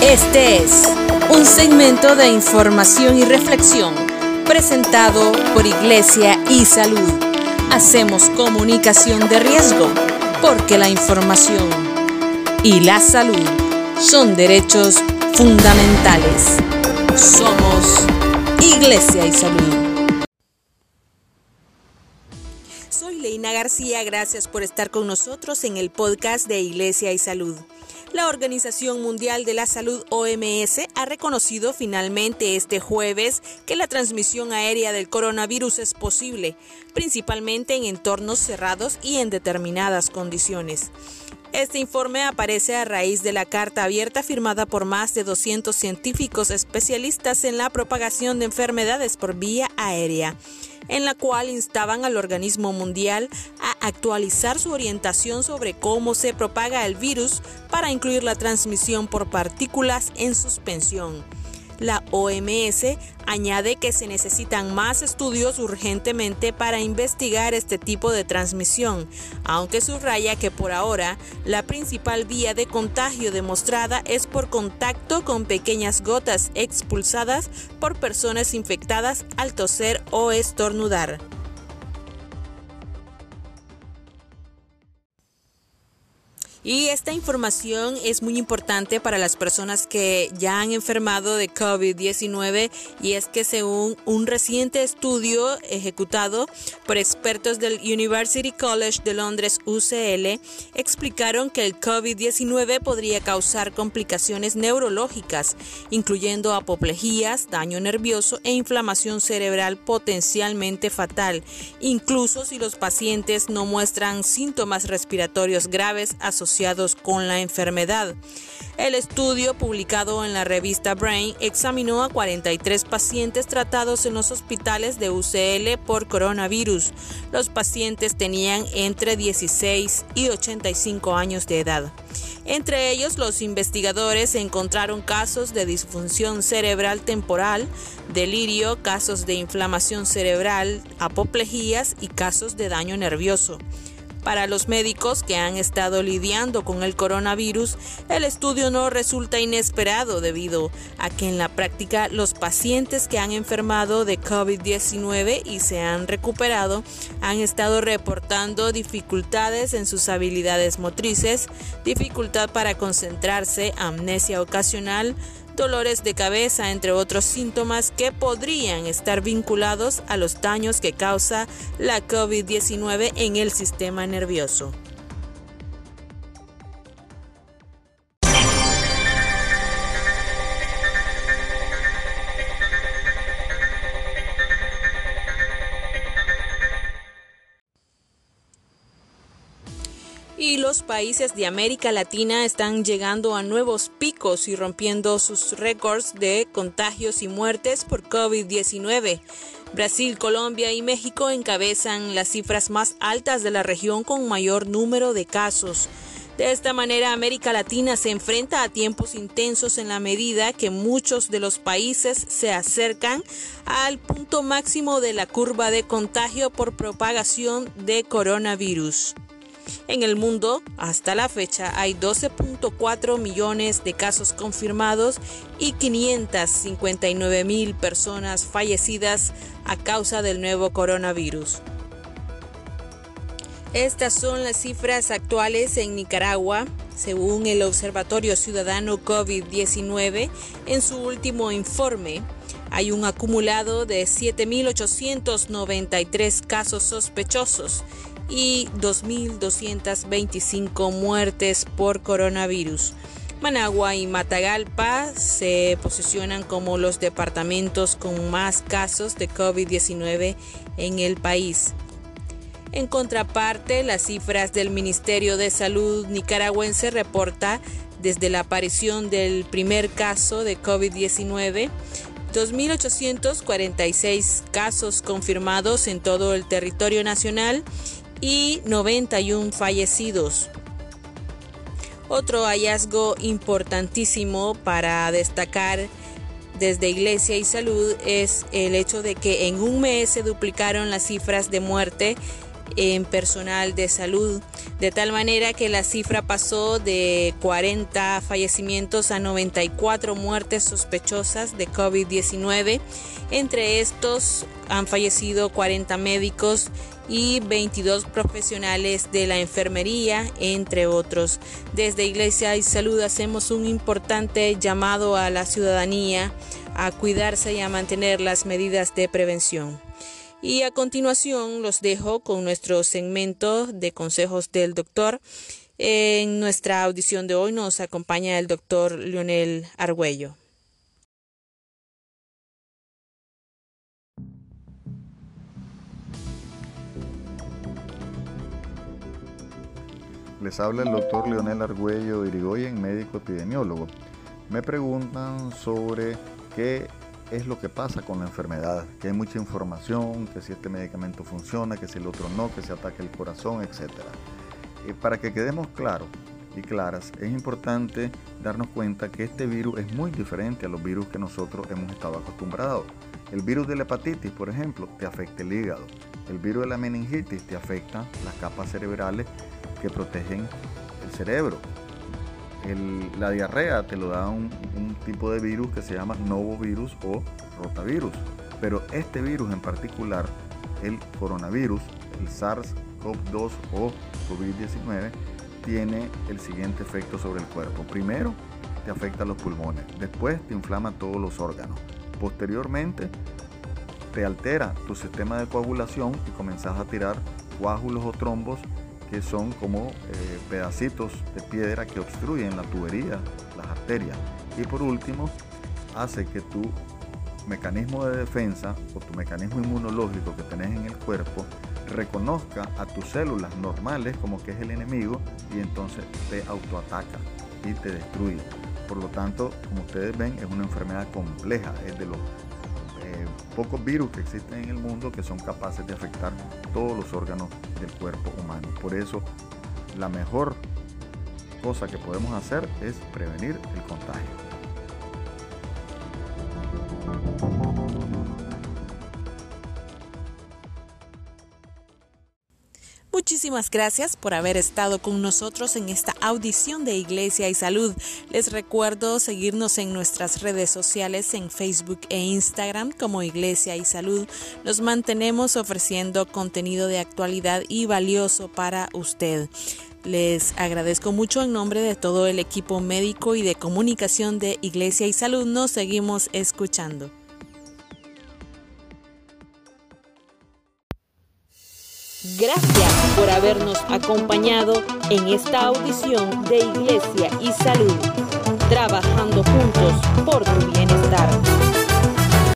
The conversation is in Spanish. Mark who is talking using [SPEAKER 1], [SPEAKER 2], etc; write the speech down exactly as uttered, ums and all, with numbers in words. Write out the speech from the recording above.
[SPEAKER 1] Este es un segmento de información y reflexión presentado por Iglesia y Salud. Hacemos comunicación de riesgo porque la información y la salud son derechos fundamentales. Somos Iglesia y Salud. Soy Leina García, gracias por estar con nosotros en el podcast de Iglesia y Salud. La Organización Mundial de la Salud, O M S, ha reconocido finalmente este jueves que la transmisión aérea del coronavirus es posible, principalmente en entornos cerrados y en determinadas condiciones. Este informe aparece a raíz de la carta abierta firmada por más de doscientos científicos especialistas en la propagación de enfermedades por vía aérea, en la cual instaban al organismo mundial a actualizar su orientación sobre cómo se propaga el virus para incluir la transmisión por partículas en suspensión. La O M S añade que se necesitan más estudios urgentemente para investigar este tipo de transmisión, aunque subraya que por ahora la principal vía de contagio demostrada es por contacto con pequeñas gotas expulsadas por personas infectadas al toser o estornudar. Y esta información es muy importante para las personas que ya han enfermado de COVID diecinueve, y es que según un reciente estudio ejecutado por expertos del University College de Londres U C L, explicaron que el COVID diecinueve podría causar complicaciones neurológicas, incluyendo apoplejías, daño nervioso e inflamación cerebral potencialmente fatal, incluso si los pacientes no muestran síntomas respiratorios graves asociados con la enfermedad. El estudio, publicado en la revista Brain, examinó a cuarenta y tres pacientes tratados en los hospitales de U C L por coronavirus. Los pacientes tenían entre dieciséis y ochenta y cinco años de edad. Entre ellos, los investigadores encontraron casos de disfunción cerebral temporal, delirio, casos de inflamación cerebral, apoplejías y casos de daño nervioso. Para los médicos que han estado lidiando con el coronavirus, el estudio no resulta inesperado debido a que en la práctica los pacientes que han enfermado de COVID diecinueve y se han recuperado han estado reportando dificultades en sus habilidades motrices, dificultad para concentrarse, amnesia ocasional, dolores de cabeza, entre otros síntomas que podrían estar vinculados a los daños que causa la COVID diecinueve en el sistema nervioso. Y los países de América Latina están llegando a nuevos picos y rompiendo sus récords de contagios y muertes por COVID diecinueve. Brasil, Colombia y México encabezan las cifras más altas de la región con mayor número de casos. De esta manera, América Latina se enfrenta a tiempos intensos en la medida que muchos de los países se acercan al punto máximo de la curva de contagio por propagación de coronavirus. En el mundo, hasta la fecha, hay doce punto cuatro millones de casos confirmados y quinientas cincuenta y nueve mil personas fallecidas a causa del nuevo coronavirus. Estas son las cifras actuales en Nicaragua, según el Observatorio Ciudadano COVID diecinueve. En su último informe, hay un acumulado de siete mil ochocientos noventa y tres casos sospechosos y dos mil doscientas veinticinco muertes por coronavirus. Managua y Matagalpa se posicionan como los departamentos con más casos de COVID diecinueve en el país. En contraparte, las cifras del Ministerio de Salud nicaragüense reporta desde la aparición del primer caso de COVID diecinueve, dos mil ochocientos cuarenta y seis casos confirmados en todo el territorio nacional y noventa y uno fallecidos. Otro hallazgo importantísimo para destacar desde Iglesia y Salud es el hecho de que en un mes se duplicaron las cifras de muerte en personal de salud, de tal manera que la cifra pasó de cuarenta fallecimientos a noventa y cuatro muertes sospechosas de COVID diecinueve. Entre estos han fallecido cuarenta médicos y veintidós profesionales de la enfermería, entre otros. Desde Iglesia y Salud hacemos un importante llamado a la ciudadanía a cuidarse y a mantener las medidas de prevención. Y a continuación los dejo con nuestro segmento de consejos del doctor. En nuestra audición de hoy nos acompaña el doctor Leonel Argüello.
[SPEAKER 2] Les habla el doctor Leonel Argüello Irigoyen, médico epidemiólogo. Me preguntan sobre qué es lo que pasa con la enfermedad, que hay mucha información, que si este medicamento funciona, que si el otro no, que se ataca el corazón, etcétera. Eh, para que quedemos claros y claras, es importante darnos cuenta que este virus es muy diferente a los virus que nosotros hemos estado acostumbrados. El virus de la hepatitis, por ejemplo, te afecta el hígado. El virus de la meningitis te afecta las capas cerebrales que protegen el cerebro. El, la diarrea te lo da un, un tipo de virus que se llama novovirus o rotavirus. Pero este virus en particular, el coronavirus, el SARS-CoV dos o COVID diecinueve, tiene el siguiente efecto sobre el cuerpo. Primero, te afecta los pulmones. Después, te inflama todos los órganos. Posteriormente, te altera tu sistema de coagulación y comenzás a tirar coágulos o trombos que son como eh, pedacitos de piedra que obstruyen la tubería, las arterias. Y por último, hace que tu mecanismo de defensa o tu mecanismo inmunológico que tenés en el cuerpo reconozca a tus células normales como que es el enemigo y entonces te autoataca y te destruye. Por lo tanto, como ustedes ven, es una enfermedad compleja, es de los eh, pocos virus que existen en el mundo que son capaces de afectar todos los órganos del cuerpo humano. Por eso, la mejor cosa que podemos hacer es prevenir el contagio.
[SPEAKER 1] Muchísimas gracias por haber estado con nosotros en esta audición de Iglesia y Salud. Les recuerdo seguirnos en nuestras redes sociales en Facebook e Instagram como Iglesia y Salud. Nos mantenemos ofreciendo contenido de actualidad y valioso para usted. Les agradezco mucho en nombre de todo el equipo médico y de comunicación de Iglesia y Salud. Nos seguimos escuchando. Gracias por habernos acompañado en esta audición de Iglesia y Salud, trabajando juntos por tu bien.